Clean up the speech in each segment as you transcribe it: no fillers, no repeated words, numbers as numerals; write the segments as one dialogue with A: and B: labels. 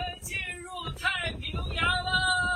A: 进入太平洋了。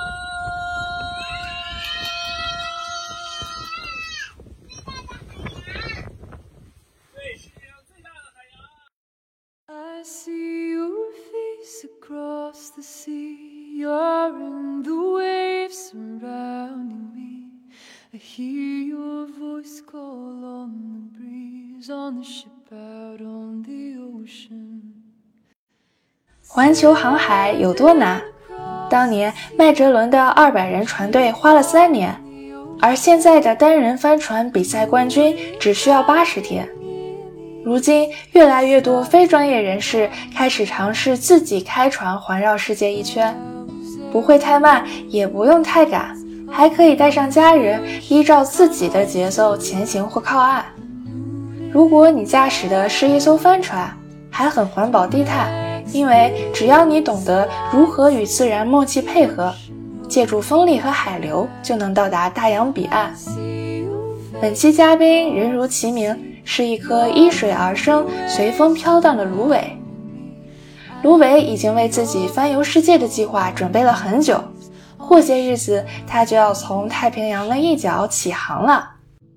A: 对，世界上最大的海洋。I see your face across the sea. You're in the waves surrounding me. I hear your voice call on the breeze on the ship out on the ocean.
B: 环球航海有多难？当年麦哲伦的200人船队花了3年，而现在的单人帆船比赛冠军只需要80天。如今，越来越多非专业人士开始尝试自己开船环绕世界一圈，不会太慢，也不用太赶，还可以带上家人，依照自己的节奏前行或靠岸。如果你驾驶的是一艘帆船，还很环保低碳，因为只要你懂得如何与自然默契配合，借助风力和海流，就能到达大洋彼岸。本期嘉宾人如其名，是一颗依水而生、随风飘荡的芦苇。芦苇已经为自己帆游世界的计划准备了很久，过些日子他就要从太平洋的一角起航了。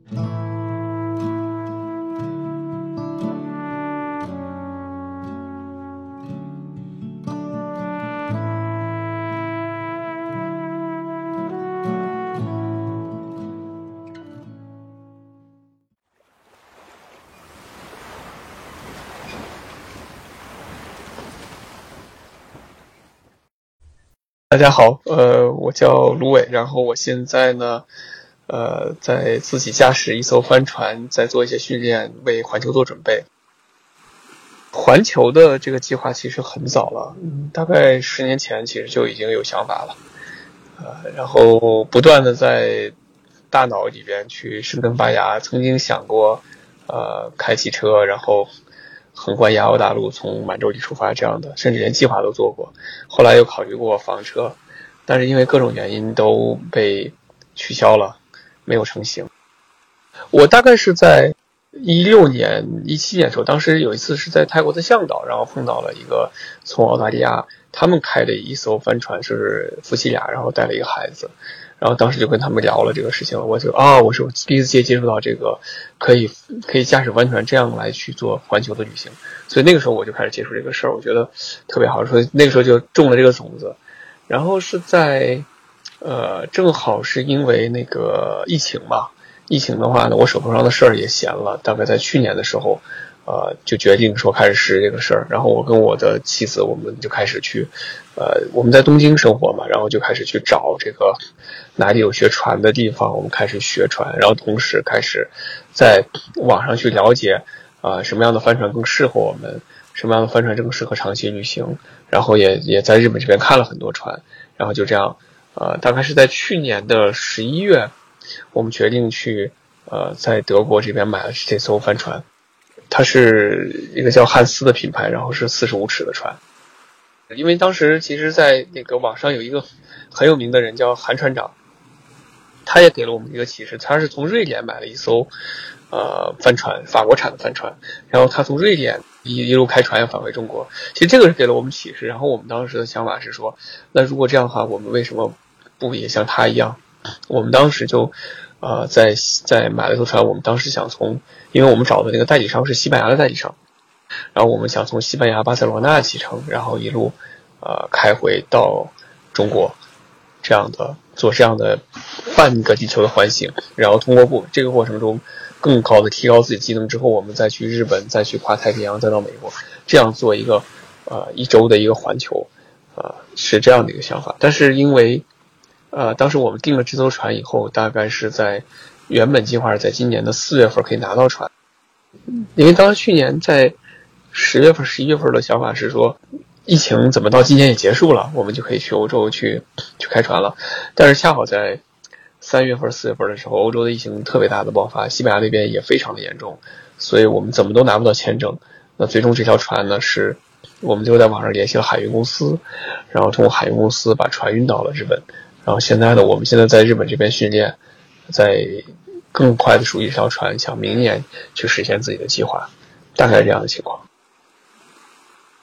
C: 大家好，我叫芦苇，然后我现在呢，在自己驾驶一艘帆船，在做一些训练，为环球做准备。环球的这个计划其实很早了，大概10年前其实就已经有想法了，然后不断的在大脑里边去生根发芽，曾经想过，开汽车，然后横贯亚欧大陆，从满洲里出发这样的，甚至连计划都做过。后来又考虑过房车，但是因为各种原因都被取消了，没有成型。我大概是在16年、17年的时候，当时有一次是在泰国的向导，然后碰到了一个从澳大利亚他们开的一艘帆船，是夫妻俩，然后带了一个孩子。然后当时就跟他们聊了这个事情，我是我第一次接触到这个可以驾驶帆船这样来去做环球的旅行，所以那个时候我就开始接触这个事儿，我觉得特别好，所以那个时候就种了这个种子。然后是在正好是因为那个疫情嘛，疫情的话呢，我手头上的事儿也闲了，大概在去年的时候就决定说开始实这个事儿，然后我跟我的妻子我们就开始去我们在东京生活嘛，然后就开始去找这个哪里有学船的地方，我们开始学船，然后同时开始在网上去了解什么样的帆船更适合我们，什么样的帆船更适合长期旅行，然后也在日本这边看了很多船，然后就这样大概是在去年的11月，我们决定去在德国这边买了这艘帆船，它是一个叫汉斯的品牌，然后是45尺的船。因为当时其实在那个网上有一个很有名的人叫韩船长，他也给了我们一个启示，他是从瑞典买了一艘帆船，法国产的帆船，然后他从瑞典一路开船要返回中国。其实这个是给了我们启示，然后我们当时的想法是说，那如果这样的话，我们为什么不也像他一样？我们当时就在买了艘船，我们当时想因为我们找的那个代理商是西班牙的代理商，然后我们想从西班牙巴塞罗那启程，然后一路开回到中国，做这样的半个地球的环形，然后通过这个过程中更高的提高自己技能之后，我们再去日本，再去跨太平洋，再到美国，这样做一个1周的一个环球，是这样的一个想法。但是因为当时我们订了这艘船以后，大概是原本计划是在今年的4月份可以拿到船，因为当时去年在10月份、11月份的想法是说，疫情怎么到今年也结束了，我们就可以去欧洲去开船了。但是恰好在3月份、4月份的时候，欧洲的疫情特别大的爆发，西班牙那边也非常的严重，所以我们怎么都拿不到签证。那最终这条船呢，是我们就在网上联系了海运公司，然后通过海运公司把船运到了日本。然后我们现在在日本这边训练，在更快的属于这条船，想明年去实现自己的计划，大概这样的情况。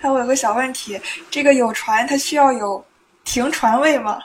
B: 那我有个小问题，这个有船它需要有停船位吗？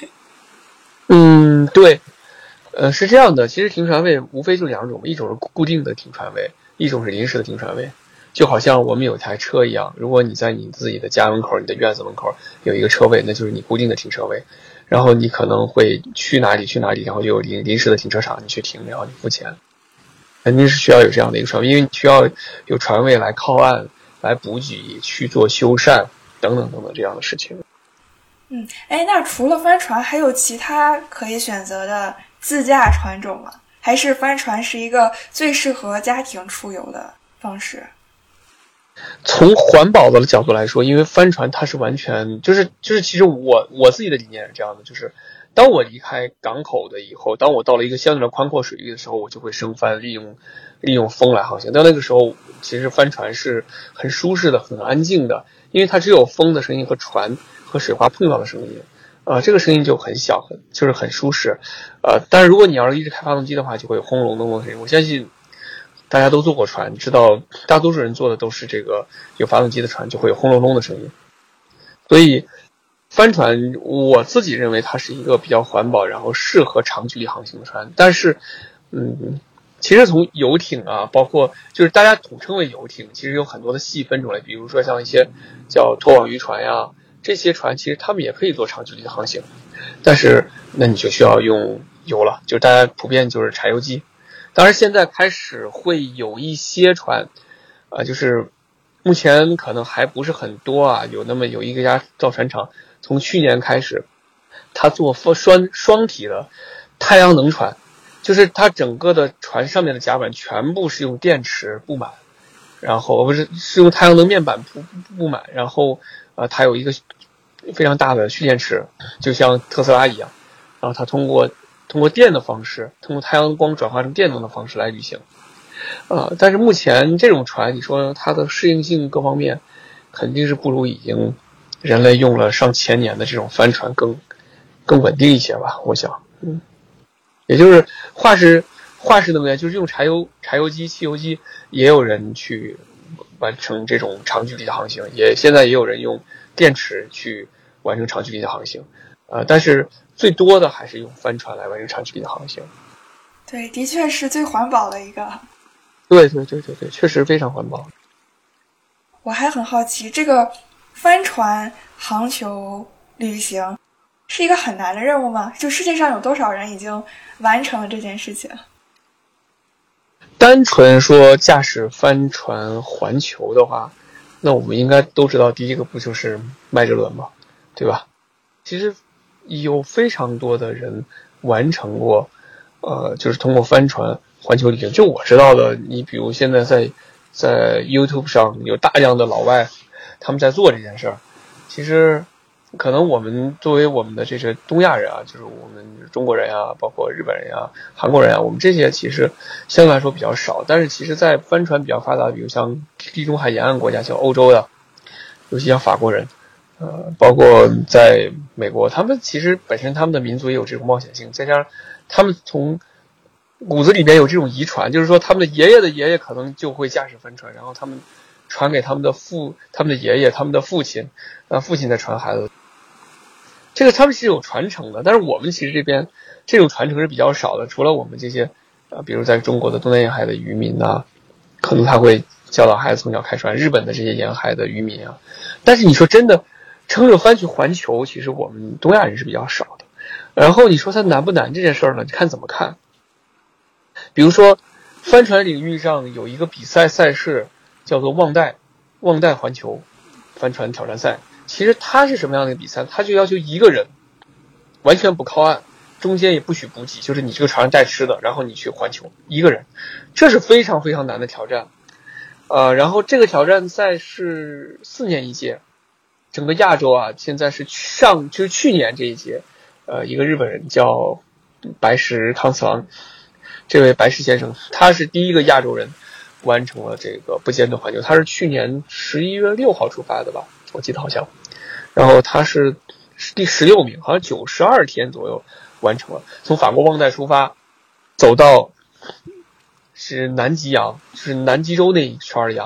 C: 对，是这样的，其实停船位无非就两种，一种是固定的停船位，一种是临时的停船位。就好像我们有台车一样，如果你在你自己的家门口、你的院子门口有一个车位，那就是你固定的停车位。然后你可能会去哪里，然后就有临时的停车场，你去停，然后你付钱。肯定是需要有这样的一个船位，因为你需要有船位来靠岸、来补给、去做修缮等等等等这样的事情。
B: 那除了帆船，还有其他可以选择的自驾船种吗？还是帆船是一个最适合家庭出游的方式？
C: 从环保的角度来说，因为帆船它是完全就是其实我自己的理念是这样的，就是当我离开港口的以后，当我到了一个相对的宽阔水域的时候，我就会升帆，利用风来航行。到那个时候，其实帆船是很舒适的、很安静的，因为它只有风的声音和船和水花碰到的声音，这个声音就很小，就是很舒适。但是如果你要是一直开发动机的话，就会有轰隆隆的声音。我相信大家都坐过船，知道大多数人坐的都是这个有发动机的船，就会有轰隆隆的声音。所以帆船我自己认为它是一个比较环保，然后适合长距离航行的船。但是其实从游艇啊，包括就是大家统称为游艇，其实有很多的细分种类，比如说像一些叫拖网渔船呀，这些船其实他们也可以做长距离的航行，但是那你就需要用油了，就大家普遍就是柴油机。当然现在开始会有一些船就是目前可能还不是很多啊，有一家造船厂从去年开始，它做双体的太阳能船，就是它整个的船上面的甲板全部是用电池布满，然后是用太阳能面板布满，然后它有一个非常大的蓄电池，就像特斯拉一样，然后它通过电的方式，通过太阳光转化成电能的方式来旅行。但是目前这种船，你说它的适应性各方面肯定是不如已经人类用了上千年的这种帆船更稳定一些吧，我想。也就是化石能源，就是用柴油机、汽油机，也有人去完成这种长距离的航行，现在也有人用电池去完成长距离的航行。但是最多的还是用帆船来完成长距离的航行。
B: 对，的确是最环保的一个。
C: 对，确实非常环保。
B: 我还很好奇，这个帆船航球旅行是一个很难的任务吗？就世界上有多少人已经完成了这件事情？
C: 单纯说驾驶帆船环球的话，那我们应该都知道，第一个不就是麦哲伦吗？对吧？其实有非常多的人完成过，就是通过帆船环球旅行。就我知道的，你比如现在在 YouTube 上有大量的老外，他们在做这件事儿。其实可能我们作为我们的这些东亚人啊，就是我们中国人啊，包括日本人啊、韩国人啊，我们这些其实相对来说比较少。但是其实在帆船比较发达，比如像地中海沿岸国家，像欧洲的，尤其像法国人，包括在美国，他们其实本身他们的民族也有这种冒险性，再加上他们从骨子里边有这种遗传，就是说他们的爷爷的爷爷可能就会驾驶帆船，然后他们传给他们的爷爷、他们的父亲，父亲再传孩子。这个他们是有传承的，但是我们其实这边这种传承是比较少的。除了我们这些比如在中国的东南沿海的渔民啊，可能他会教导孩子从小开船，日本的这些沿海的渔民啊，但是你说真的撑着帆去环球，其实我们东亚人是比较少的。然后你说它难不难这件事儿呢，你看怎么看。比如说帆船领域上有一个比赛赛事叫做旺代环球帆船挑战赛，其实它是什么样的一个比赛？它就要求一个人完全不靠岸，中间也不许补给，就是你这个船上带吃的，然后你去环球，一个人，这是非常非常难的挑战。然后这个挑战赛是4年一届，整个亚洲啊，现在是就是去年这一届，一个日本人叫白石康次郎，这位白石先生，他是第一个亚洲人完成了这个不间断环球，他是去年11月6号出发的吧，我记得好像，然后他是第16名，好像92天左右完成了，从法国旺代出发，走到是南极洋，就是南极洲那一圈洋，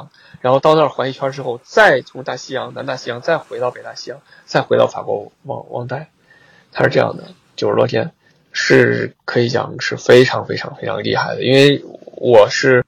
C: 然后到那儿环一圈之后，再从大西洋、南大西洋再回到北大西洋，再回到法国王带，它是这样的，90多天，是可以讲是非常非常非常厉害的。因为我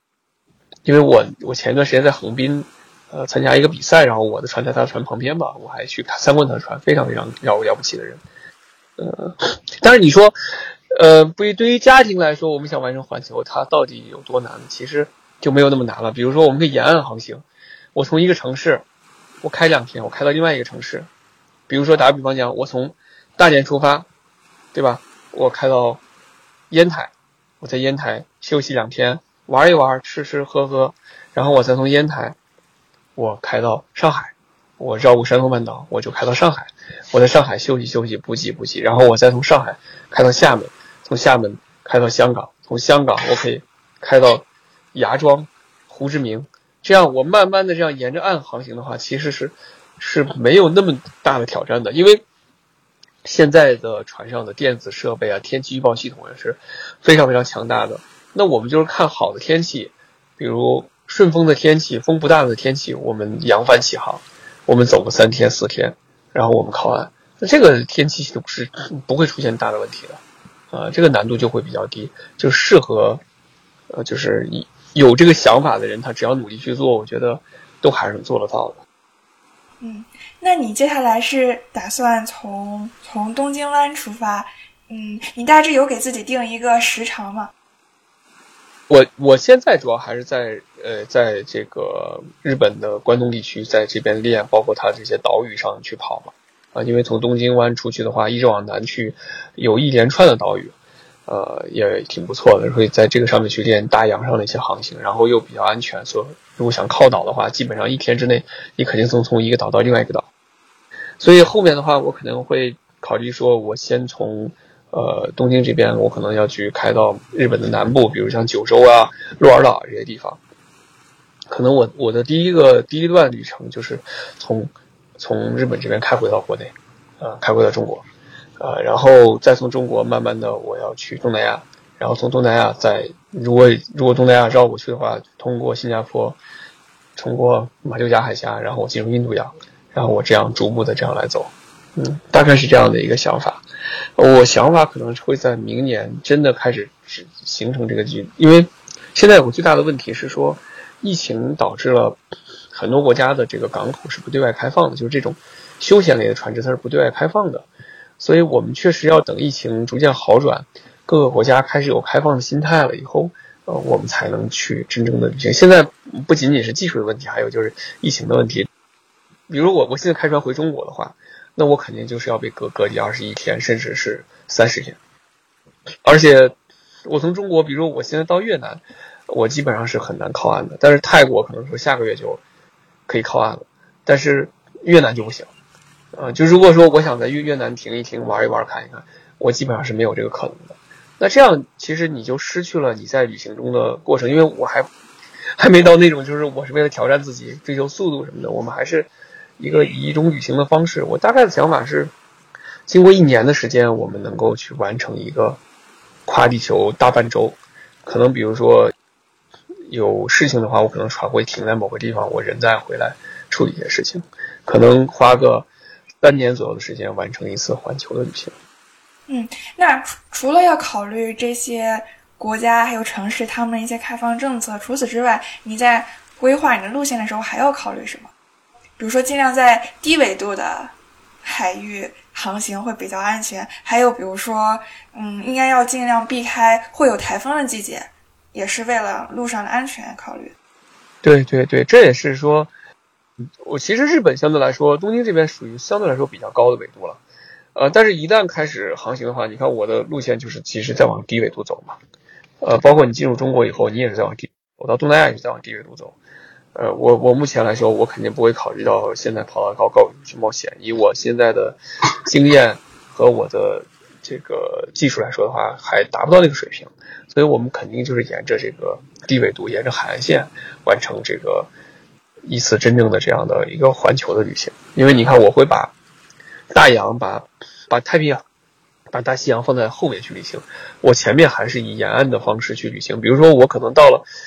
C: 前一段时间在横滨参加一个比赛，然后我的船在他的船旁边吧，我还去参观他的船，非常非常了不起的人。但是你说对于家庭来说，我们想完成环球，它到底有多难？其实就没有那么难了。比如说我们可以沿岸航行，我从一个城市我开2天，我开到另外一个城市，比如说打个比方讲，我从大连出发，对吧？我开到烟台，我在烟台休息2天，玩一玩，吃吃喝喝，然后我再从烟台我开到上海，我绕过山东半岛，我就开到上海，我在上海休息休息，补给，然后我再从上海开到厦门，从厦门开到香港，从香港我可以开到芽庄、胡志明，这样我慢慢的这样沿着岸航行的话，其实是没有那么大的挑战的。因为现在的船上的电子设备啊，天气预报系统也是非常非常强大的。那我们就是看好的天气，比如顺风的天气，风不大的天气，我们扬帆起航，我们走个3天4天，然后我们靠岸。那这个天气系统是不会出现大的问题的，这个难度就会比较低，就适合就是有这个想法的人，他只要努力去做，我觉得都还是能做得到的。
B: 那你接下来是打算从东京湾出发？你大致有给自己定一个时长吗？
C: 我现在主要还是在这个日本的关东地区，在这边练，包括它这些岛屿上去跑嘛。因为从东京湾出去的话，一直往南去，有一连串的岛屿，也挺不错的，所以在这个上面去练大洋上的一些航行，然后又比较安全，所以如果想靠岛的话，基本上1天之内，你肯定从一个岛到另外一个岛。所以后面的话，我可能会考虑说，我先从东京这边，我可能要去开到日本的南部，比如像九州啊、鹿儿岛这些地方。可能我的第一段旅程就是从日本这边开回到国内，开回到中国，然后再从中国慢慢的我要去东南亚，然后从东南亚再如果东南亚绕过去的话，通过新加坡，通过马六甲海峡，然后我进入印度洋，然后我这样逐步的这样来走，大概是这样的一个想法。我想法可能会在明年真的开始形成这个局，因为现在有个最大的问题是说，疫情导致了很多国家的这个港口是不对外开放的，就是这种休闲类的船只它是不对外开放的，所以我们确实要等疫情逐渐好转，各个国家开始有开放的心态了以后，我们才能去真正的旅行。现在不仅仅是技术的问题，还有就是疫情的问题。比如我现在开船回中国的话，那我肯定就是要被隔离21天，甚至是30天。而且我从中国，比如我现在到越南，我基本上是很难靠岸的，但是泰国可能说下个月就可以靠岸了，但是越南就不行。就如果说我想在越南停一停、玩一玩、看一看，我基本上是没有这个可能的。那这样其实你就失去了你在旅行中的过程，因为我还没到那种就是我是为了挑战自己、追求速度什么的，我们还是以一种旅行的方式。我大概的想法是，经过1年的时间，我们能够去完成一个跨地球大半周。可能比如说有事情的话，我可能船会停在某个地方，我人再回来处理一些事情，可能花个3年左右的时间完成一次环球的旅行。
B: 那除了要考虑这些国家还有城市他们的一些开放政策，除此之外，你在规划你的路线的时候还要考虑什么？比如说尽量在低纬度的海域航行会比较安全，还有比如说应该要尽量避开会有台风的季节，也是为了路上的安全考虑。
C: 对对对，这也是说我其实日本相对来说，东京这边属于相对来说比较高的纬度了，但是一旦开始航行的话，你看我的路线就是其实在往低纬度走嘛，包括你进入中国以后，你也是在往低，我到东南亚也是在往低纬度走。我目前来说，我肯定不会考虑到现在跑到高纬度去冒险。以我现在的经验和我的这个技术来说的话，还达不到那个水平，所以我们肯定就是沿着这个低纬度，沿着海岸线完成这个一次真正的这样的一个环球的旅行。因为你看，我会把大洋、把太平洋、把大西洋放在后面去旅行，我前面还是以沿岸的方式去旅行。比如说，我可能到了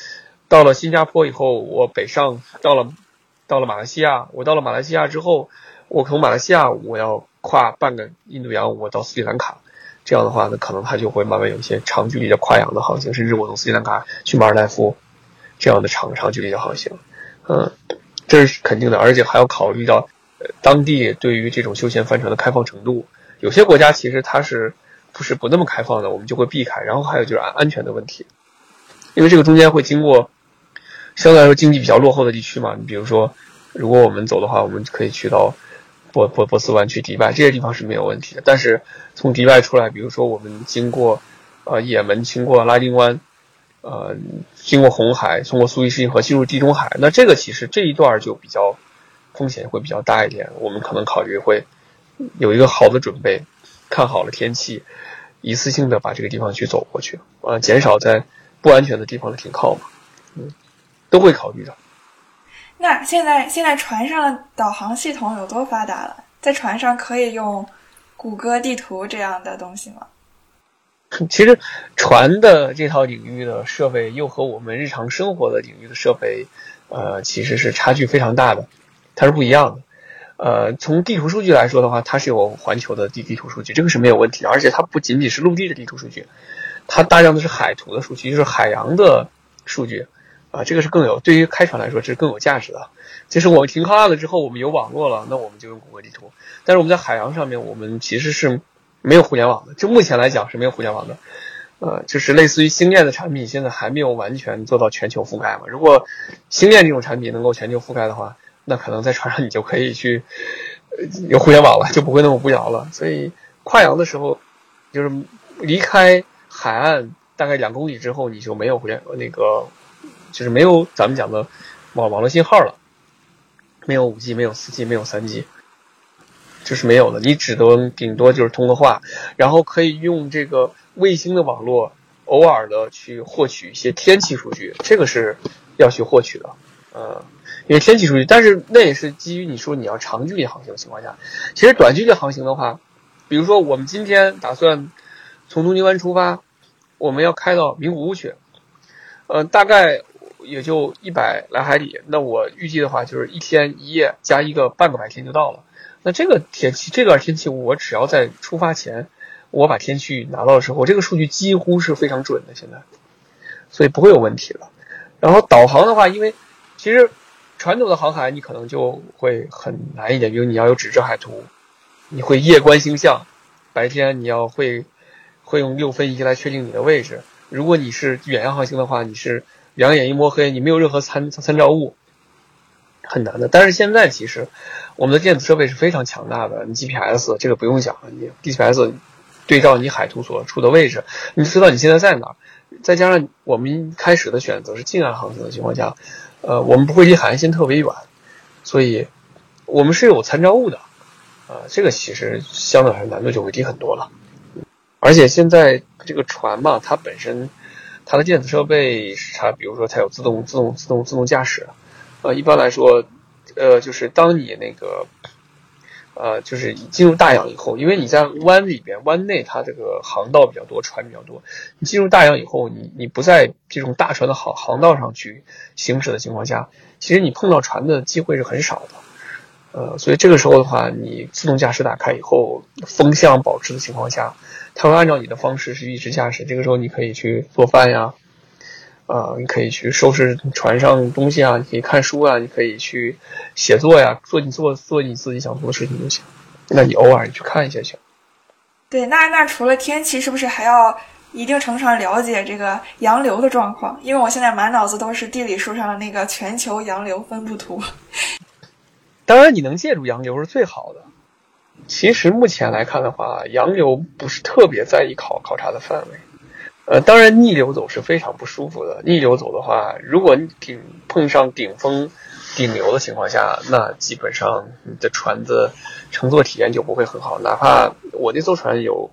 C: 到了新加坡以后，我北上到了马来西亚，我到了马来西亚之后，我从马来西亚我要跨半个印度洋，我到斯里兰卡，这样的话呢，可能它就会慢慢有一些长距离的跨洋的航行，甚至我从斯里兰卡去马尔代夫这样的长距离的航行，这是肯定的，而且还要考虑到当地对于这种休闲帆船的开放程度，有些国家其实它是不那么开放的，我们就会避开。然后还有就是安全的问题，因为这个中间会经过相对来说经济比较落后的地区嘛，你比如说如果我们走的话，我们可以去到波斯湾，去迪拜，这些地方是没有问题的。但是从迪拜出来，比如说我们经过也门，经过拉丁湾，经过红海，通过苏伊士运河进入地中海，那这个其实这一段就比较风险会比较大一点，我们可能考虑会有一个好的准备，看好了天气，一次性的把这个地方去走过去，减少在不安全的地方的停靠嘛，都会考虑的。
B: 那现在船上的导航系统有多发达了？在船上可以用谷歌地图这样的东西吗？
C: 其实船的这套领域的设备又和我们日常生活的领域的设备其实是差距非常大的，它是不一样的。从地图数据来说的话，它是有环球的地图数据，这个是没有问题的，而且它不仅仅是陆地的地图数据，它大量的是海图的数据，就是海洋的数据这个是对于开船来说是更有价值的。就是我们停靠岸了之后，我们有网络了，那我们就用谷歌地图，但是我们在海洋上面我们其实是没有互联网的，就目前来讲是没有互联网的。就是类似于星链的产品现在还没有完全做到全球覆盖嘛。如果星链这种产品能够全球覆盖的话，那可能在船上你就可以去有互联网了，就不会那么无聊了。所以跨洋的时候，就是离开海岸大概2公里之后，你就没有就是没有咱们讲的网络信号了，没有 5G， 没有 4G， 没有 3G， 就是没有了。你顶多就是通个话，然后可以用这个卫星的网络偶尔的去获取一些天气数据，这个是要去获取的。因为天气数据，但是那也是基于你说你要长距离航行的情况下。其实短距离航行的话，比如说我们今天打算从东京湾出发，我们要开到名古屋去，大概也就100来海里，那我预计的话就是1天1夜加一个半个白天就到了。那这段天气我只要在出发前我把天气拿到的时候，这个数据几乎是非常准的现在，所以不会有问题了。然后导航的话，因为其实传统的航海你可能就会很难一点，比如你要有纸质海图，你会夜观星象，白天你要会用6分仪来确定你的位置。如果你是远洋航行的话，你是两眼一摸黑，你没有任何参照物，很难的。但是现在其实我们的电子设备是非常强大的，你 GPS 这个不用讲，你 GPS 对照你海图所处的位置，你就知道你现在在哪儿。再加上我们开始的选择是近岸航行的情况下，我们不会离海岸线特别远，所以我们是有参照物的，这个其实相对来说难度就会低很多了。而且现在这个船嘛，它本身它的电子设备是它，比如说它有自动驾驶，一般来说，就是当你那个就是进入大洋以后，因为你在湾内它这个航道比较多，船比较多，你进入大洋以后，你不在这种大船的航道上去行驶的情况下，其实你碰到船的机会是很少的。所以这个时候的话，你自动驾驶打开以后，风向保持的情况下，它会按照你的方式去一直驾驶。这个时候你可以去做饭呀，你可以去收拾船上东西啊，你可以看书啊，你可以去写作呀，做你自己想做的事情就行。那你偶尔你去看一下行。
B: 对，那除了天气，是不是还要一定程度上了解这个洋流的状况？因为我现在满脑子都是地理书上的那个全球洋流分布图。
C: 当然你能借助洋流是最好的。其实目前来看的话，洋流不是特别在意考察的范围。当然逆流走是非常不舒服的。逆流走的话，如果你碰上顶风顶流的情况下，那基本上你的船的乘坐体验就不会很好。哪怕我那艘船有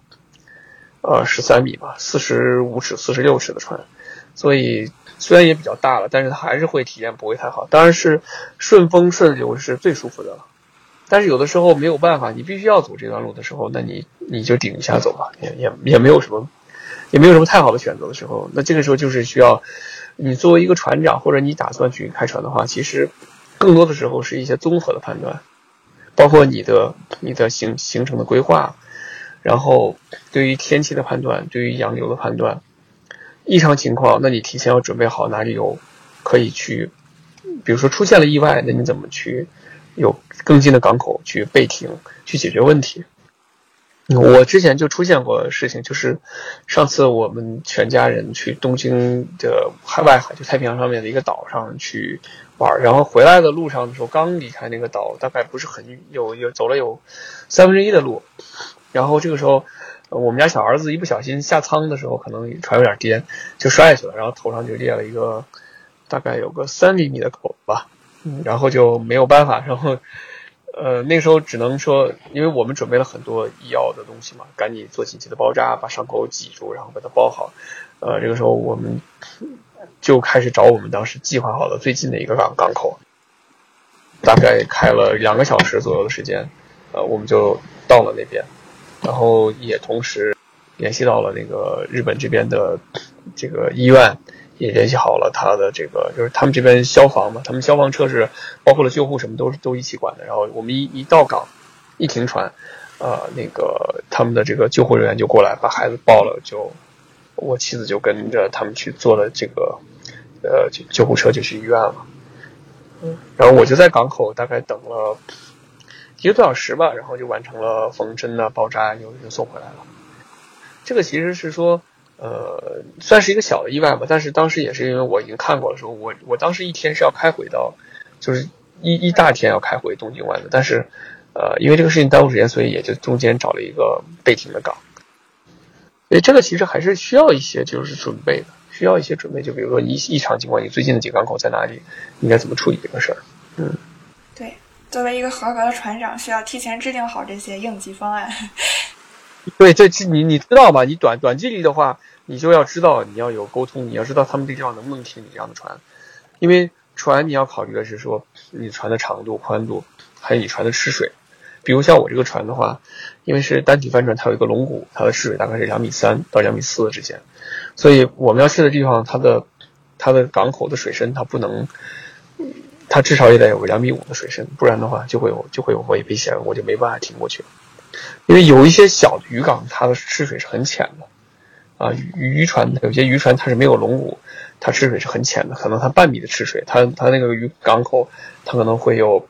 C: 13米吧，45尺46尺的船，所以虽然也比较大了，但是它还是会体验不会太好。当然是顺风顺流是最舒服的了，但是有的时候没有办法，你必须要走这段路的时候，那你就顶一下走吧，也没有什么也没有什么太好的选择的时候，那这个时候就是需要你作为一个船长，或者你打算去开船的话，其实更多的时候是一些综合的判断，包括你的行程的规划，然后对于天气的判断，对于洋流的判断，异常情况，那你提前要准备好哪里有可以去，比如说出现了意外，那你怎么去有更近的港口去备停，去解决问题。我之前就出现过事情，就是上次我们全家人去东京的外海，就太平洋上面的一个岛上去玩，然后回来的路上的时候，刚离开那个岛，大概不是很走了有1/3的路，然后这个时候我们家小儿子一不小心下舱的时候，可能船有点颠，就摔下去了，然后头上就裂了一个大概有个3厘米的口吧，然后就没有办法，然后那个时候只能说，因为我们准备了很多医药的东西嘛，赶紧做紧急的包扎，把伤口挤住，然后把它包好。这个时候我们就开始找我们当时计划好的最近的一个港口，大概开了2个小时左右的时间，我们就到了那边，然后也同时联系到了那个日本这边的这个医院。也联系好了他的这个，就是他们这边消防嘛，他们消防车是包括了救护什么都一起管的。然后我们一到港，一停船，那个他们的这个救护人员就过来把孩子抱了，就我妻子就跟着他们去坐了这个救护车就去医院了。然后我就在港口大概等了1个多小时吧，然后就完成了缝针啊包扎，就送回来了。这个其实是说。算是一个小的意外吧，但是当时也是因为我已经看过了，说我当时一天是要开回到，就是一大天要开回东京湾的，但是因为这个事情耽误时间，所以也就中间找了一个备停的港。所以这个其实还是需要一些就是准备的，需要一些准备，就比如说异常情况，你最近的几个港口在哪里，应该怎么处理这个事儿。
B: 对，作为一个合格的船长，需要提前制定好这些应急方案。
C: 对，这你知道吧？你短距离的话，你就要知道你要有沟通，你要知道他们这个地方能不能停你这样的船，因为船你要考虑的是说你船的长度、宽度，还有你船的吃水。比如像我这个船的话，因为是单体帆船，它有一个龙骨，它的吃水大概是2.3米到2.4米之间，所以我们要去的地方，它的港口的水深它不能，它至少也得有个2.5米的水深，不然的话就会有危险，我就没办法停过去。因为有一些小的渔港，它的吃水是很浅的，渔船有些渔船它是没有龙骨，它吃水是很浅的，可能它半米的吃水，它那个渔港口它可能会有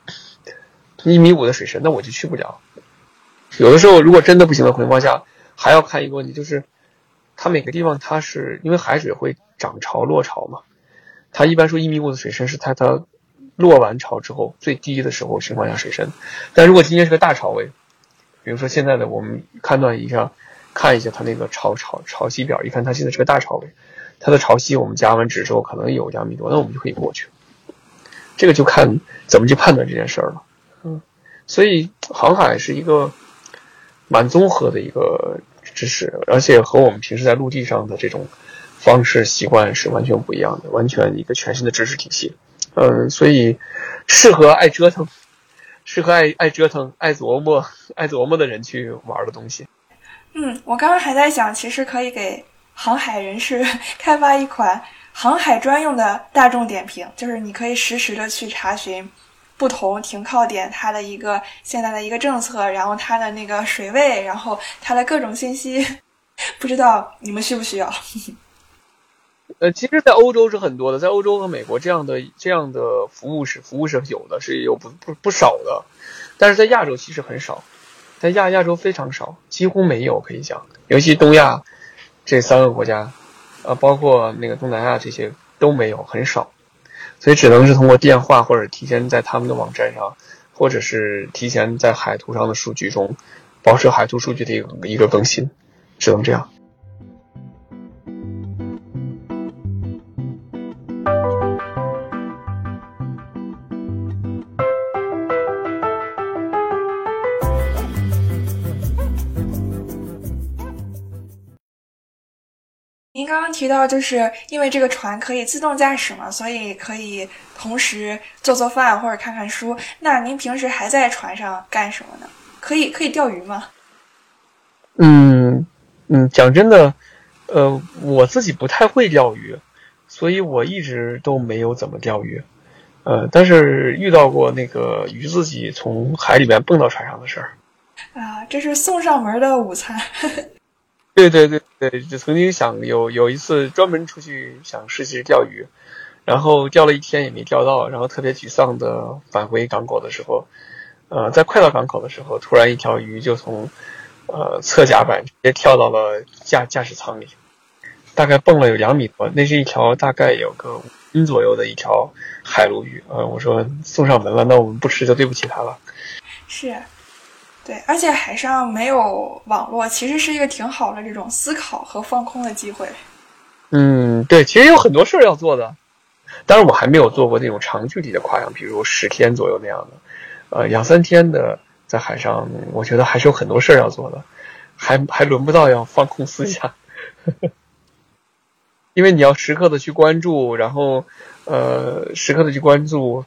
C: 1.5米的水深，那我就去不了。有的时候如果真的不行的情况下，还要看一个问题，就是它每个地方它是因为海水会涨潮落潮嘛，它一般说1.5米的水深是它落完潮之后最低的时候情况下水深，但如果今天是个大潮位。比如说现在的我们判断一下，看一下它那个潮汐表，一看它现在是个大潮位，它的潮汐我们加完值之后可能有2米多，那我们就可以过去。这个就看怎么去判断这件事儿了。所以航海是一个蛮综合的一个知识，而且和我们平时在陆地上的这种方式习惯是完全不一样的，完全一个全新的知识体系。所以适合爱折腾、爱琢磨的人去玩的东西。
B: 我刚刚还在想，其实可以给航海人士开发一款航海专用的大众点评，就是你可以实时的去查询不同停靠点它的一个现在的一个政策，然后它的那个水位，然后它的各种信息，不知道你们需不需要？
C: 其实在欧洲是很多的，在欧洲和美国这样的服务是有的，是有不少的，但是在亚洲其实很少，在亚洲非常少，几乎没有可以讲，尤其东亚这3个国家，包括那个东南亚这些都没有，很少，所以只能是通过电话或者提前在他们的网站上，或者是提前在海图上的数据中保持海图数据的一个更新，只能这样。
B: 您刚刚提到，就是因为这个船可以自动驾驶嘛，所以可以同时做饭或者看看书。那您平时还在船上干什么呢？可以钓鱼吗？
C: 讲真的， 我自己不太会钓鱼，所以我一直都没有怎么钓鱼。但是遇到过那个鱼自己从海里面蹦到船上的事儿。
B: 啊，这是送上门的午餐。
C: 对，就曾经想有一次专门出去想试试钓鱼，然后钓了一天也没钓到，然后特别沮丧的返回港口的时候，在快到港口的时候，突然一条鱼就从侧甲板直接跳到了驾驶舱里，大概蹦了有2米多，那是一条大概有个5斤左右的一条海鲈鱼。我说送上门了，那我们不吃就对不起它了。
B: 是，对，而且海上没有网络，其实是一个挺好的这种思考和放空的机会。
C: 对，其实有很多事儿要做的，当然我还没有做过那种长距离的跨洋，比如10天左右那样的，2、3天的在海上，我觉得还是有很多事儿要做的，还轮不到要放空思想。因为你要时刻的去关注，然后时刻的去关注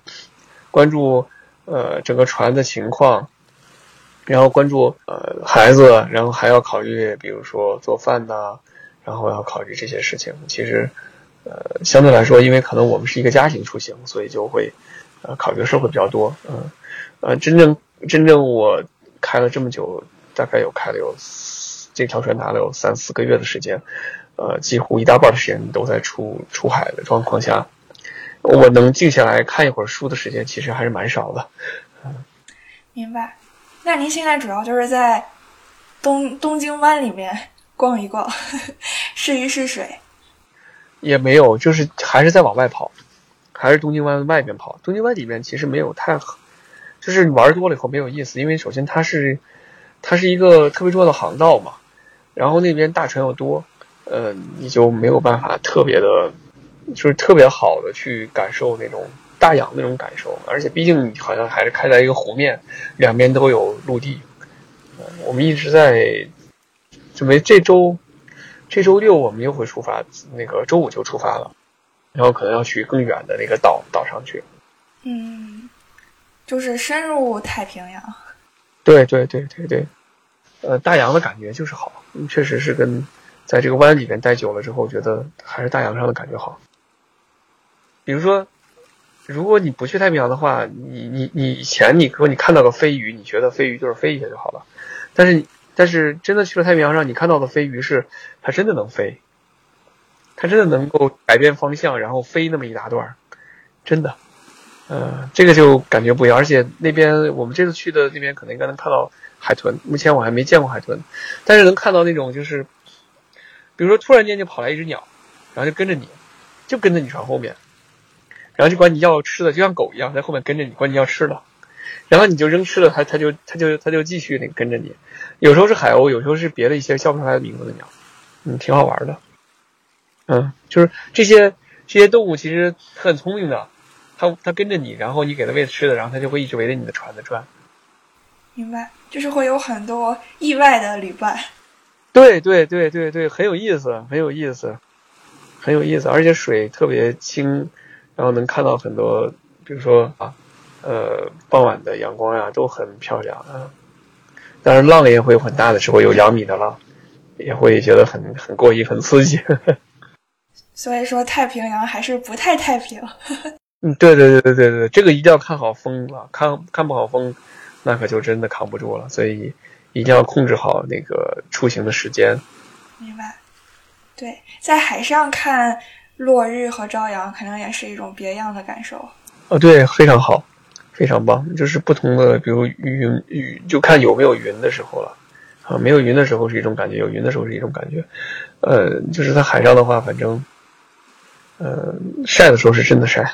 C: 整个船的情况，然后关注孩子，然后还要考虑比如说做饭呐，然后要考虑这些事情。其实相对来说，因为可能我们是一个家庭出行，所以就会考虑的事会比较多。真正我开了这么久，大概开了这条船拿了有3、4个月的时间，几乎一大半的时间都在出海的状况下，我能静下来看一会儿书的时间其实还是蛮少的。
B: 明白。那您现在主要就是在东京湾里面逛一逛，试一试水？
C: 也没有，就是还是在往外跑，还是东京湾外边跑。东京湾里面其实没有就是玩多了以后没有意思，因为首先它是一个特别重要的航道嘛，然后那边大船又多，你就没有办法特别好的去感受那种大洋那种感受，而且毕竟你好像还是开在一个湖面，两边都有陆地。我们一直在准备这周6我们又会出发，那个周5就出发了，然后可能要去更远的那个岛上去。
B: 就是深入太平洋。
C: 对，大洋的感觉就是好，确实是跟在这个湾里面待久了之后，觉得还是大洋上的感觉好。比如说，如果你不去太平洋的话，你以前如果你看到个飞鱼，你觉得飞鱼就是飞一下就好了，但是真的去了太平洋上，你看到的飞鱼是它真的能飞，它真的能够改变方向，然后飞那么一大段，真的。这个就感觉不一样，而且那边我们这次去的那边可能应该能看到海豚，目前我还没见过海豚，但是能看到那种就是，比如说突然间就跑来一只鸟，然后就跟着你船后面，然后就管你要吃的，就像狗一样在后面跟着你，管你要吃的，然后你就扔吃的，它就继续那个跟着你，有时候是海鸥，有时候是别的一些叫不出来的名字的鸟，挺好玩的。就是这些动物其实很聪明的。它跟着你，然后你给它喂吃的，然后它就会一直围着你的船子转。
B: 明白，就是会有很多意外的旅伴。
C: 对，很有意思，而且水特别清，然后能看到很多，比如说傍晚的阳光呀，都很漂亮啊。当然浪也会有很大的时候，有2米的浪，也会觉得很过瘾，很刺激。
B: 所以说太平洋还是不太太平。
C: 对，这个一定要看好风了，看不好风，那可就真的扛不住了，所以一定要控制好那个出行的时间。
B: 明白。对，在海上看落日和朝阳，可能也是一种别样的感受。
C: 对，非常好，非常棒，就是不同的，比如云就看有没有云的时候了。没有云的时候是一种感觉，有云的时候是一种感觉。就是在海上的话，反正晒的时候是真的晒。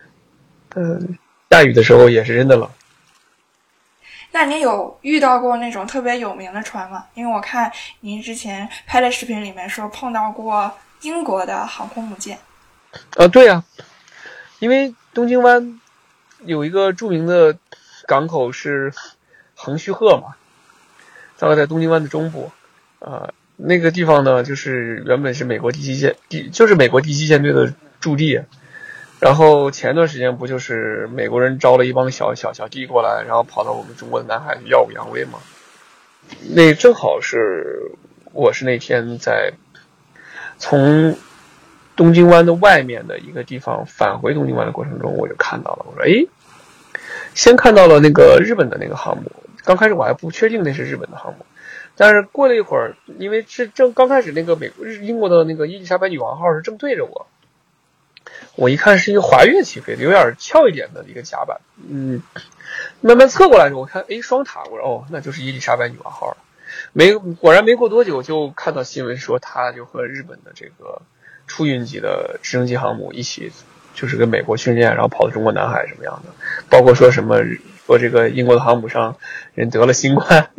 C: 下雨的时候也是真的冷。
B: 那您有遇到过那种特别有名的船吗？因为我看您之前拍的视频里面说碰到过英国的航空母舰。
C: 对啊，因为东京湾有一个著名的港口是横须贺嘛，大概在东京湾的中部。那个地方呢，就是原本是美国第七舰队的驻地。然后前段时间不就是美国人招了一帮小弟过来，然后跑到我们中国的南海去耀武扬威吗？那正好是我是那天在从东京湾的外面的一个地方返回东京湾的过程中，我就看到了，我说诶，先看到了那个日本的那个航母，刚开始我还不确定那是日本的航母，但是过了一会儿，因为是刚开始那个英国的那个伊丽莎白女王号是正对着我一看是一个滑跃起飞的，有点翘一点的一个甲板，慢慢侧过来的时候，我看诶双塔，我说哦，那就是伊丽莎白女王号了。果然没过多久就看到新闻说，他就和日本的这个出云级的直升机航母一起，就是跟美国训练，然后跑到中国南海什么样的，包括说什么说这个英国的航母上人得了新冠，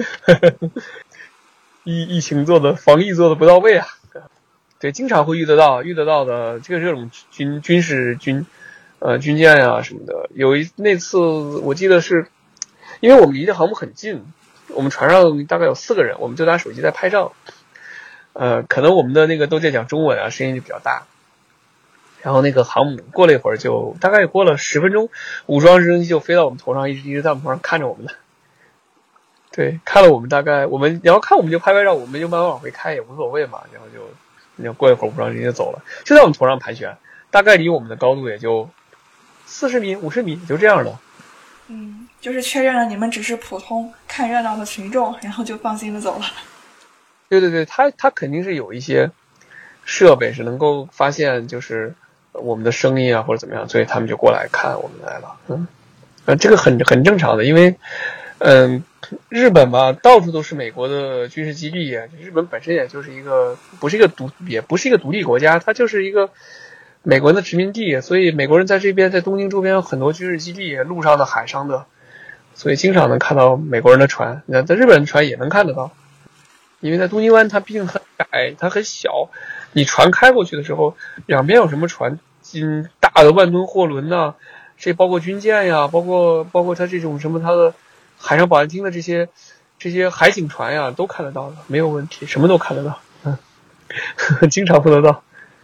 C: 疫情防疫做的不到位啊。对，经常会遇得到的这种军事军舰呀什么的。那次我记得是，因为我们离这航母很近，我们船上大概有4个人，我们就拿手机在拍照。可能我们的那个都在讲中文啊，声音就比较大。然后那个航母过了一会儿，就大概过了10分钟，武装直升机就飞到我们头上，一直在我们头上看着我们的。对，看了我们大概然后看我们就拍照，我们就慢慢往回开也无所谓嘛，然后就过一会儿武装直升机就走了，就在我们头上盘旋，大概离我们的高度也就40米、50米，就这样的。
B: 就是确认了你们只是普通看热闹的群众，然后就放心的走了。
C: 对对对，他肯定是有一些设备是能够发现就是我们的声音啊或者怎么样，所以他们就过来看我们来了。这个很正常的，因为日本吧到处都是美国的军事基地，日本本身也就是不是一个独立国家，它就是一个美国人的殖民地，所以美国人在这边在东京周边有很多军事基地，陆上的海上的，所以经常能看到美国人的船，在日本的船也能看得到。因为在东京湾它毕竟很窄，它很小，你船开过去的时候，两边有什么船，大的万吨货轮呐，这包括军舰呀，包括它这种什么它的海上保安厅的这些海警船呀，都看得到的，没有问题，什么都看得到，经常碰得到。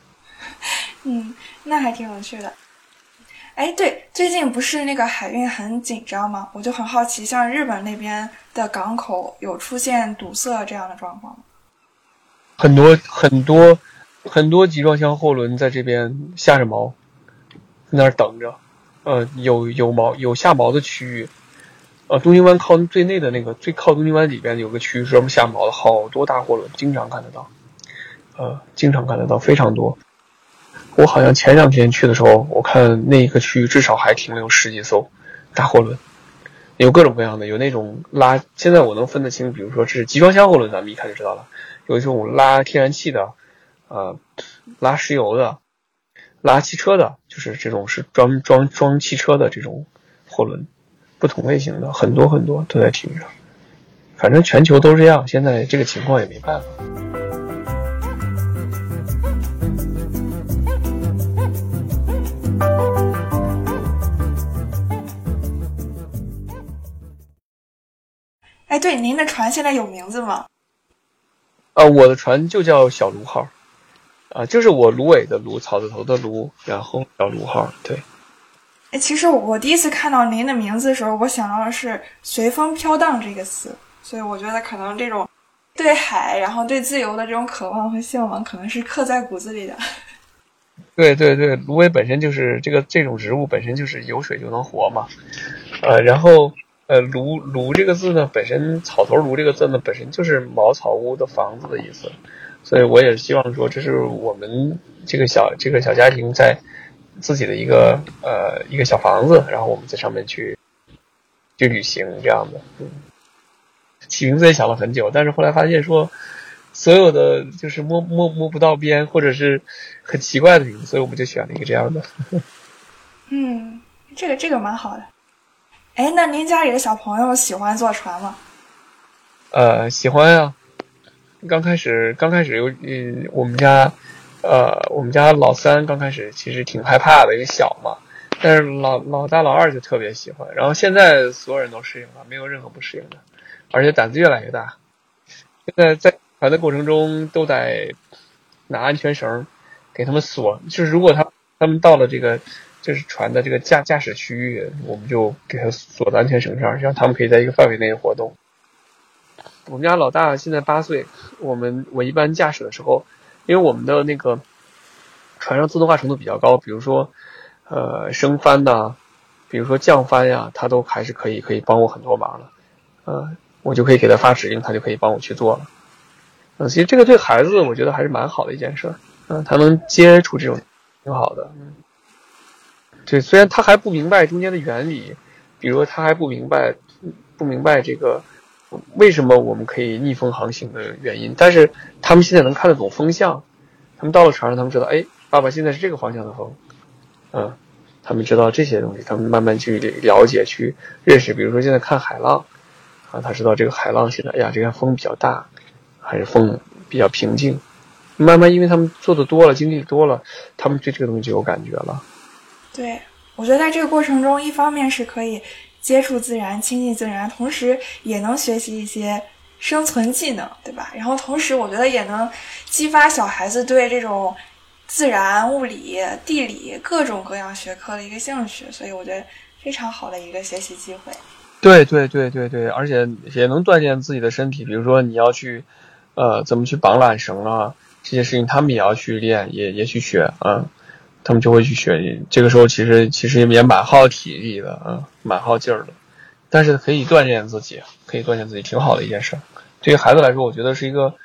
B: 那还挺有趣的。哎，对，最近不是那个海运很紧张吗？我就很好奇，像日本那边的港口有出现堵塞这样的状况吗？
C: 很多集装箱货轮在这边下着锚，在那儿等着。有下锚的区域。东京湾靠最内的那个最靠东京湾里边有个区域是我们下锚的，好多大货轮，经常看得到，非常多。我好像前2天去的时候，我看那个区域至少还停留10几艘大货轮，有各种各样的，有那种现在我能分得清，比如说是集装箱货轮，咱们一看就知道了，有一种拉天然气的，拉石油的，拉汽车的，就是这种是装汽车的这种货轮，不同类型的很多都在停着，反正全球都这样，现在这个情况也没办法。
B: 哎，对，您的船现在有名字吗？
C: 我的船就叫小卢号，就是我芦苇的芦，草字头的芦，然后小卢号，对。
B: 哎，其实我第一次看到您的名字的时候，我想到的是随风飘荡这个词，所以我觉得可能这种对海，然后对自由的这种渴望和向往，可能是刻在骨子里的。
C: 对对对，芦苇本身就是这种植物本身就是有水就能活嘛，然后芦这个字呢，本身草头芦这个字呢，本身就是茅草屋的房子的意思，所以我也希望说，这是我们这个小家庭在自己的一个小房子，然后我们在上面去旅行这样的。起名字也想了很久，但是后来发现说，所有的就是摸不到边，或者是很奇怪的名字，所以我们就选了一个这样的。
B: 这个蛮好的。哎，那您家里的小朋友喜欢坐船吗？
C: 喜欢啊。刚开始我们家老三刚开始其实挺害怕的，因为小嘛，但是老大老二就特别喜欢，然后现在所有人都适应了，没有任何不适应的，而且胆子越来越大。现在在船的过程中都得拿安全绳给他们锁，就是如果他们到了这个就是船的这个驾驶区域，我们就给他锁在安全绳上，让他们可以在一个范围内活动。我们家老大现在8岁，我一般驾驶的时候， 因为我们的那个船上自动化程度比较高，比如说升帆呐，比如说降帆呀，它都还是可以帮我很多忙了。我就可以给他发指令，他就可以帮我去做了。其实这个对孩子我觉得还是蛮好的一件事。他能接触这种挺好的。对，虽然他还不明白中间的原理，比如说他还不明白这个为什么我们可以逆风航行的原因，但是他们现在能看得懂风向，他们到了船上，他们知道，哎，爸爸现在是这个方向的风，他们知道这些东西，他们慢慢去了解、去认识。比如说现在看海浪，他知道这个海浪现在，哎呀，这个风比较大，还是风比较平静。慢慢，因为他们做的多了，经历多了，他们对这个东西就有感觉了。
B: 对，我觉得在这个过程中，一方面是可以接触自然、亲近自然，同时也能学习一些生存技能，对吧？然后同时我觉得也能激发小孩子对这种自然、物理、地理各种各样学科的一个兴趣，所以我觉得非常好的一个学习机会。
C: 对，而且也能锻炼自己的身体，比如说你要去怎么去绑缆绳啊，这些事情他们也要去练，也去学啊。他们就会去学，这个时候其实也蛮耗体力的蛮耗劲儿的，但是可以锻炼自己，挺好的一件事。对于孩子来说，我觉得是一个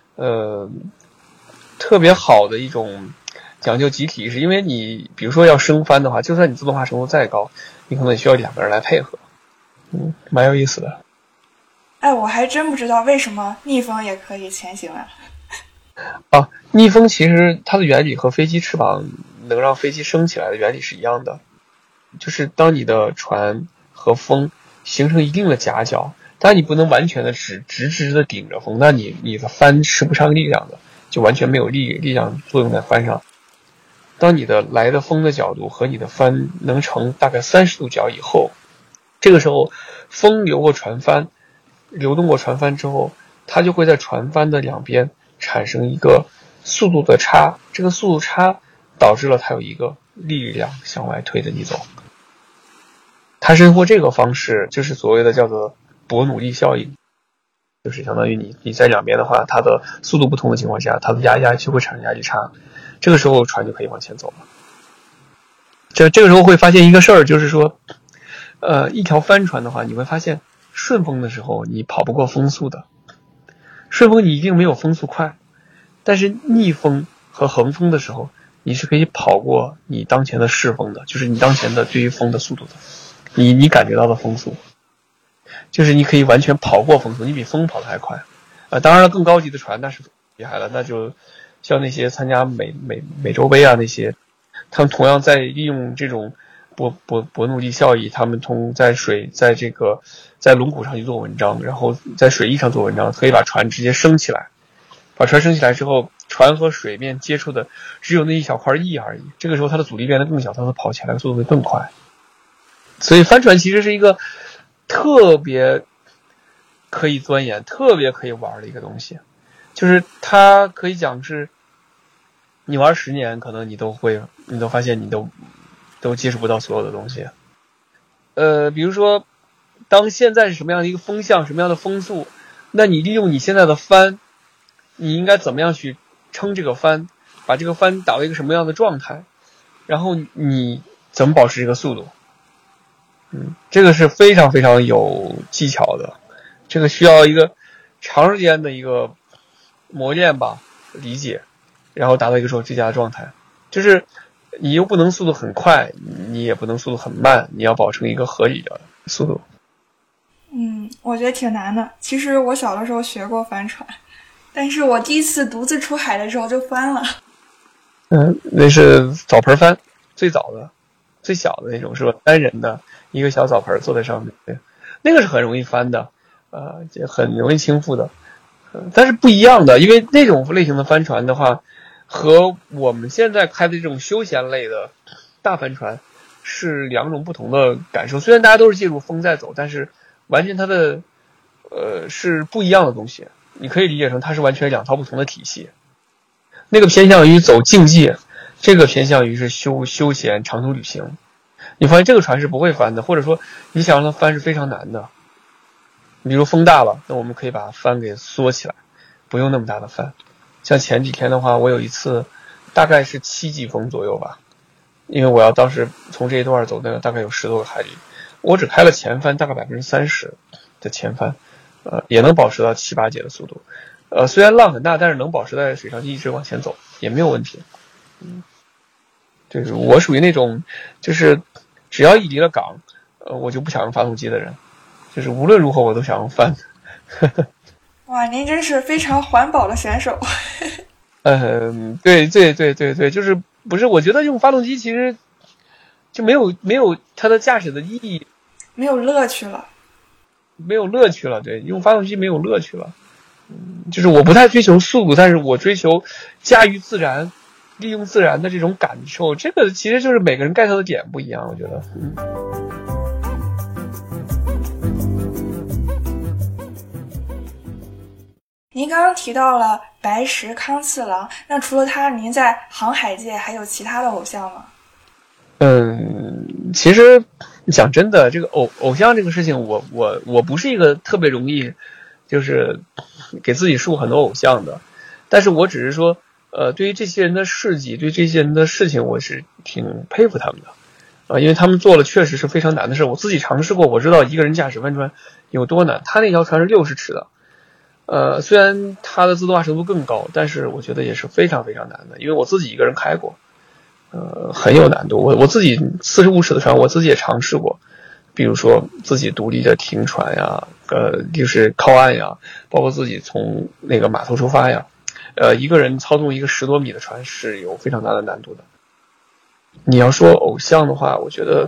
C: 特别好的一种讲究集体意识，因为你比如说要升帆的话，就算你自动化程度再高，你可能也需要2个人来配合，蛮有意思的。
B: 哎，我还真不知道为什么逆风也可以前行啊！
C: 逆风其实它的原理和飞机翅膀能让飞机升起来的原理是一样的，就是当你的船和风形成一定的夹角，但你不能完全的直的顶着风，那你的帆使不上力量的，就完全没有力量作用在帆上。当你的来的风的角度和你的帆能成大概30度角以后，这个时候风流动过船帆之后，它就会在船帆的两边产生一个速度的差，这个速度差导致了它有一个力量向外推着你走。它是通过这个方式，就是所谓的叫做伯努利效应，就是相当于你在两边的话，它的速度不同的情况下，它的压就会产生压力差，这个时候船就可以往前走了。这个时候会发现一个事儿，就是说一条帆船的话，你会发现顺风的时候你跑不过风速的，顺风你一定没有风速快，但是逆风和横风的时候，你是可以跑过你当前的适风的，就是你当前的对于风的速度的，你感觉到的风速，就是你可以完全跑过风速，你比风跑得还快。当然了，更高级的船那是厉害了，那就像那些参加美洲杯啊那些，他们同样在利用这种伯努利效应，他们在龙骨上去做文章，然后在水翼上做文章，可以把船直接升起来。把船升起来之后，船和水面接触的只有那一小块翼而已，这个时候它的阻力变得更小，它的跑起来的速度会更快。所以帆船其实是一个特别可以钻研、特别可以玩的一个东西，就是它可以讲是你玩10年，可能你都发现你都接触不到所有的东西。比如说当现在是什么样的一个风向，什么样的风速，那你利用你现在的帆，你应该怎么样去撑这个帆，把这个帆打到一个什么样的状态，然后你怎么保持这个速度。这个是非常非常有技巧的，这个需要一个长时间的一个磨练吧，理解，然后达到一个说最佳的状态。就是你又不能速度很快，你也不能速度很慢，你要保持一个合理的速度。
B: 我觉得挺难的。其实我小的时候学过帆船，但是我第一次独自出海的时候就翻了。
C: 那是澡盆帆，最早的最小的那种是吧，单人的一个小澡盆坐在上面，那个是很容易翻的，也很容易倾覆的。但是不一样的，因为那种类型的帆船的话，和我们现在开的这种休闲类的大帆船是2种不同的感受。虽然大家都是借助风在走，但是完全它的是不一样的东西。你可以理解成它是完全2套不同的体系。那个偏向于走竞技，这个偏向于是休闲长途旅行。你发现这个船是不会翻的，或者说你想让它翻是非常难的。比如风大了，那我们可以把帆给缩起来，不用那么大的帆。 像前几天的话，我有一次大概是7级风左右吧，因为我要当时从这一段走大概有10多个海里，我只开了前帆大概30%的前帆，也能保持到7、8节的速度。虽然浪很大，但是能保持在水上一直往前走也没有问题。就是我属于那种就是只要一离了港，我就不想用发动机的人，就是无论如何我都想用帆。
B: 哇，您真是非常环保的选手。
C: 对，就是不是？我觉得用发动机其实就没有它的驾驶的意义，
B: 没有乐趣了。
C: 对，用发动机没有乐趣了。就是我不太追求速度，但是我追求驾驭自然、利用自然的这种感受。这个其实就是每个人 get 的点不一样，我觉得。
B: 您刚刚提到了白石康次郎，那除了他，您在航海界还有其他的偶像吗？
C: 其实讲真的，这个偶像这个事情，我不是一个特别容易就是给自己树很多偶像的，但是我只是说，对于这些人的事迹，对这些人的事情，我是挺佩服他们的，因为他们做了确实是非常难的事。我自己尝试过，我知道一个人驾驶帆船有多难。他那条船是60尺的。虽然它的自动化程度更高，但是我觉得也是非常非常难的，因为我自己一个人开过，很有难度。我自己45尺的船，我自己也尝试过，比如说自己独立的停船呀，就是靠岸呀，包括自己从那个码头出发呀，一个人操纵一个10多米的船是有非常大的难度的。你要说偶像的话，我觉得，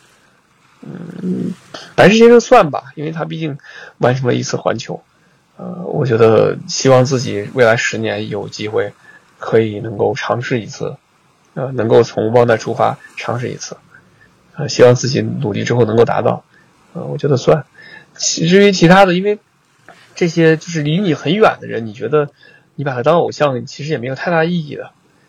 C: 白石先生算吧，因为他毕竟完成了一次环球。我觉得希望自己未来10年有机会可以能够尝试一次，能够从汪代出发尝试一次，希望自己努力之后能够达到，我觉得算。至于其他的，因为这些就是离你很远的人，你觉得你把他当偶像其实也没有太大意义的。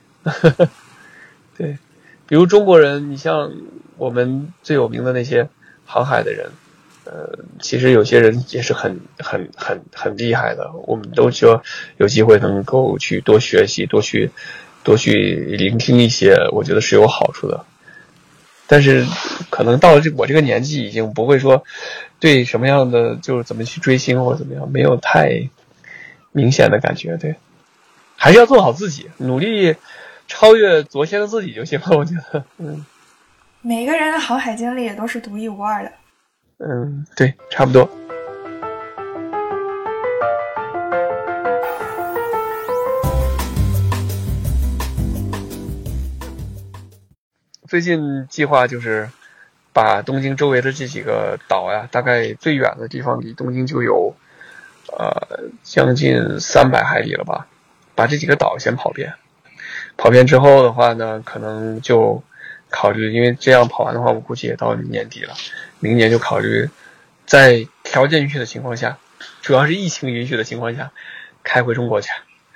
C: 对，比如中国人，你像我们最有名的那些航海的人，其实有些人也是很厉害的，我们都说有机会能够去多学习，多去聆听一些，我觉得是有好处的。但是可能到了我这个年纪，已经不会说对什么样的就是怎么去追星或怎么样，没有太明显的感觉。对，还是要做好自己，努力超越昨天的自己就行了，我觉得。
B: 每个人的航海经历也都是独一无二的。
C: 对，差不多。最近计划就是把东京周围的这几个岛呀，大概最远的地方离东京就有将近300海里了吧，把这几个岛先跑遍。跑遍之后的话呢，可能就考虑，因为这样跑完的话，我估计也到年底了，明年就考虑在条件允许的情况下，主要是疫情允许的情况下，开回中国去。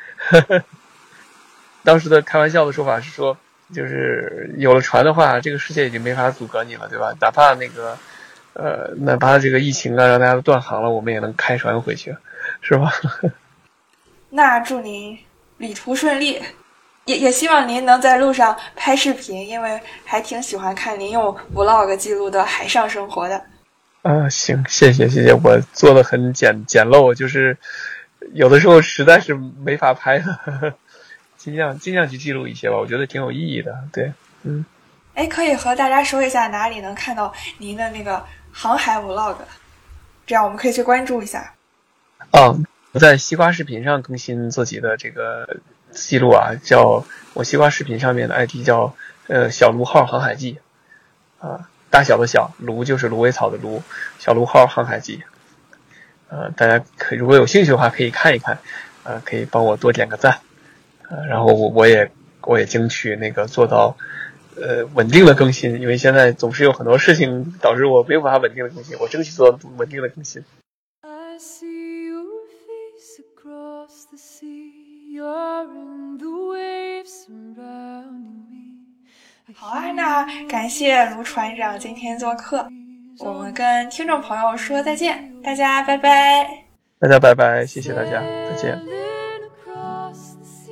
C: 当时的开玩笑的说法是说，就是有了船的话，这个世界已经没法阻隔你了，对吧？哪怕这个疫情啊让大家都断航了，我们也能开船回去，是吧？
B: 那祝您旅途顺利，也希望您能在路上拍视频，因为还挺喜欢看您用 vlog 记录的海上生活的。
C: 行，谢谢，我做的很简陋，就是有的时候实在是没法拍的，尽量去记录一些吧，我觉得挺有意义的。对，
B: 可以和大家说一下哪里能看到您的那个航海 vlog， 这样我们可以去关注一下。
C: 我在西瓜视频上更新自己的这个记录啊，叫我西瓜视频上面的 ID 叫小卢号航海记大小的小，芦就是芦苇草的芦，小卢号航海记。大家如果有兴趣的话可以看一看，可以帮我多点个赞，然后我也争取那个做到稳定的更新，因为现在总是有很多事情导致我没有办法稳定的更新，我争取做到稳定的更新。
A: I see your face across the sea, you're in the waves surrounding me.
B: 好啊，那感谢卢船长今天做客，我们跟听众朋友说再见，大家拜拜。
C: 大家拜拜，谢谢大家，再见。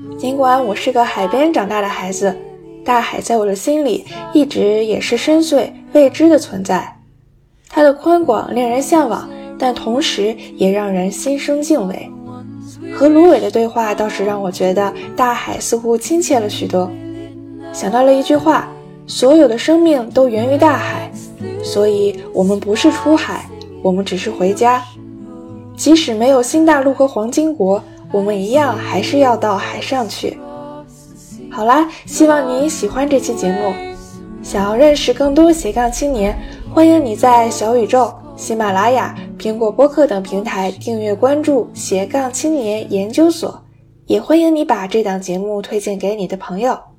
B: 尽管我是个海边长大的孩子，大海在我的心里一直也是深邃未知的存在。它的宽广令人向往，但同时也让人心生敬畏。和芦苇的对话倒是让我觉得大海似乎亲切了许多。想到了一句话，所有的生命都源于大海，所以我们不是出海，我们只是回家。即使没有新大陆和黄金国，我们一样还是要到海上去。好啦，希望你喜欢这期节目。想要认识更多斜杠青年，欢迎你在小宇宙、喜马拉雅、苹果播客等平台订阅关注斜杠青年研究所，也欢迎你把这档节目推荐给你的朋友。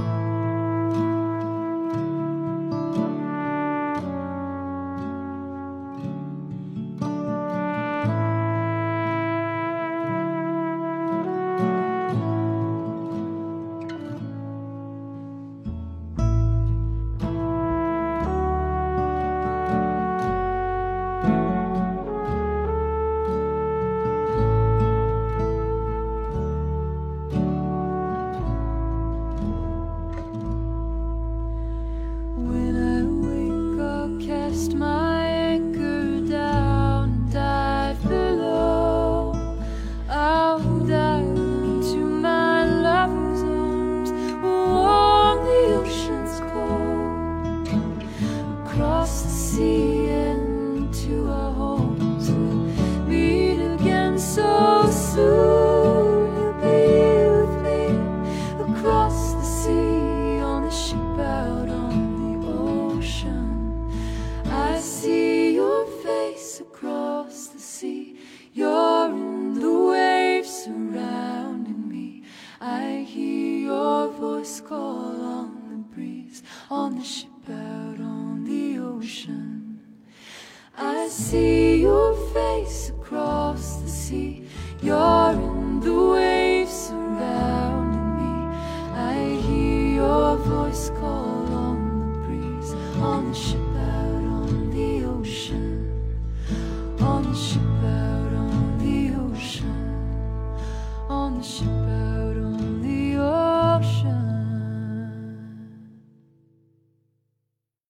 A: On the ship out on the ocean, I see your face across the sea. You're in the waves surrounding me. I hear your voice call on the breeze. On the ship out on the ocean, on the ship out on the ocean, on the ship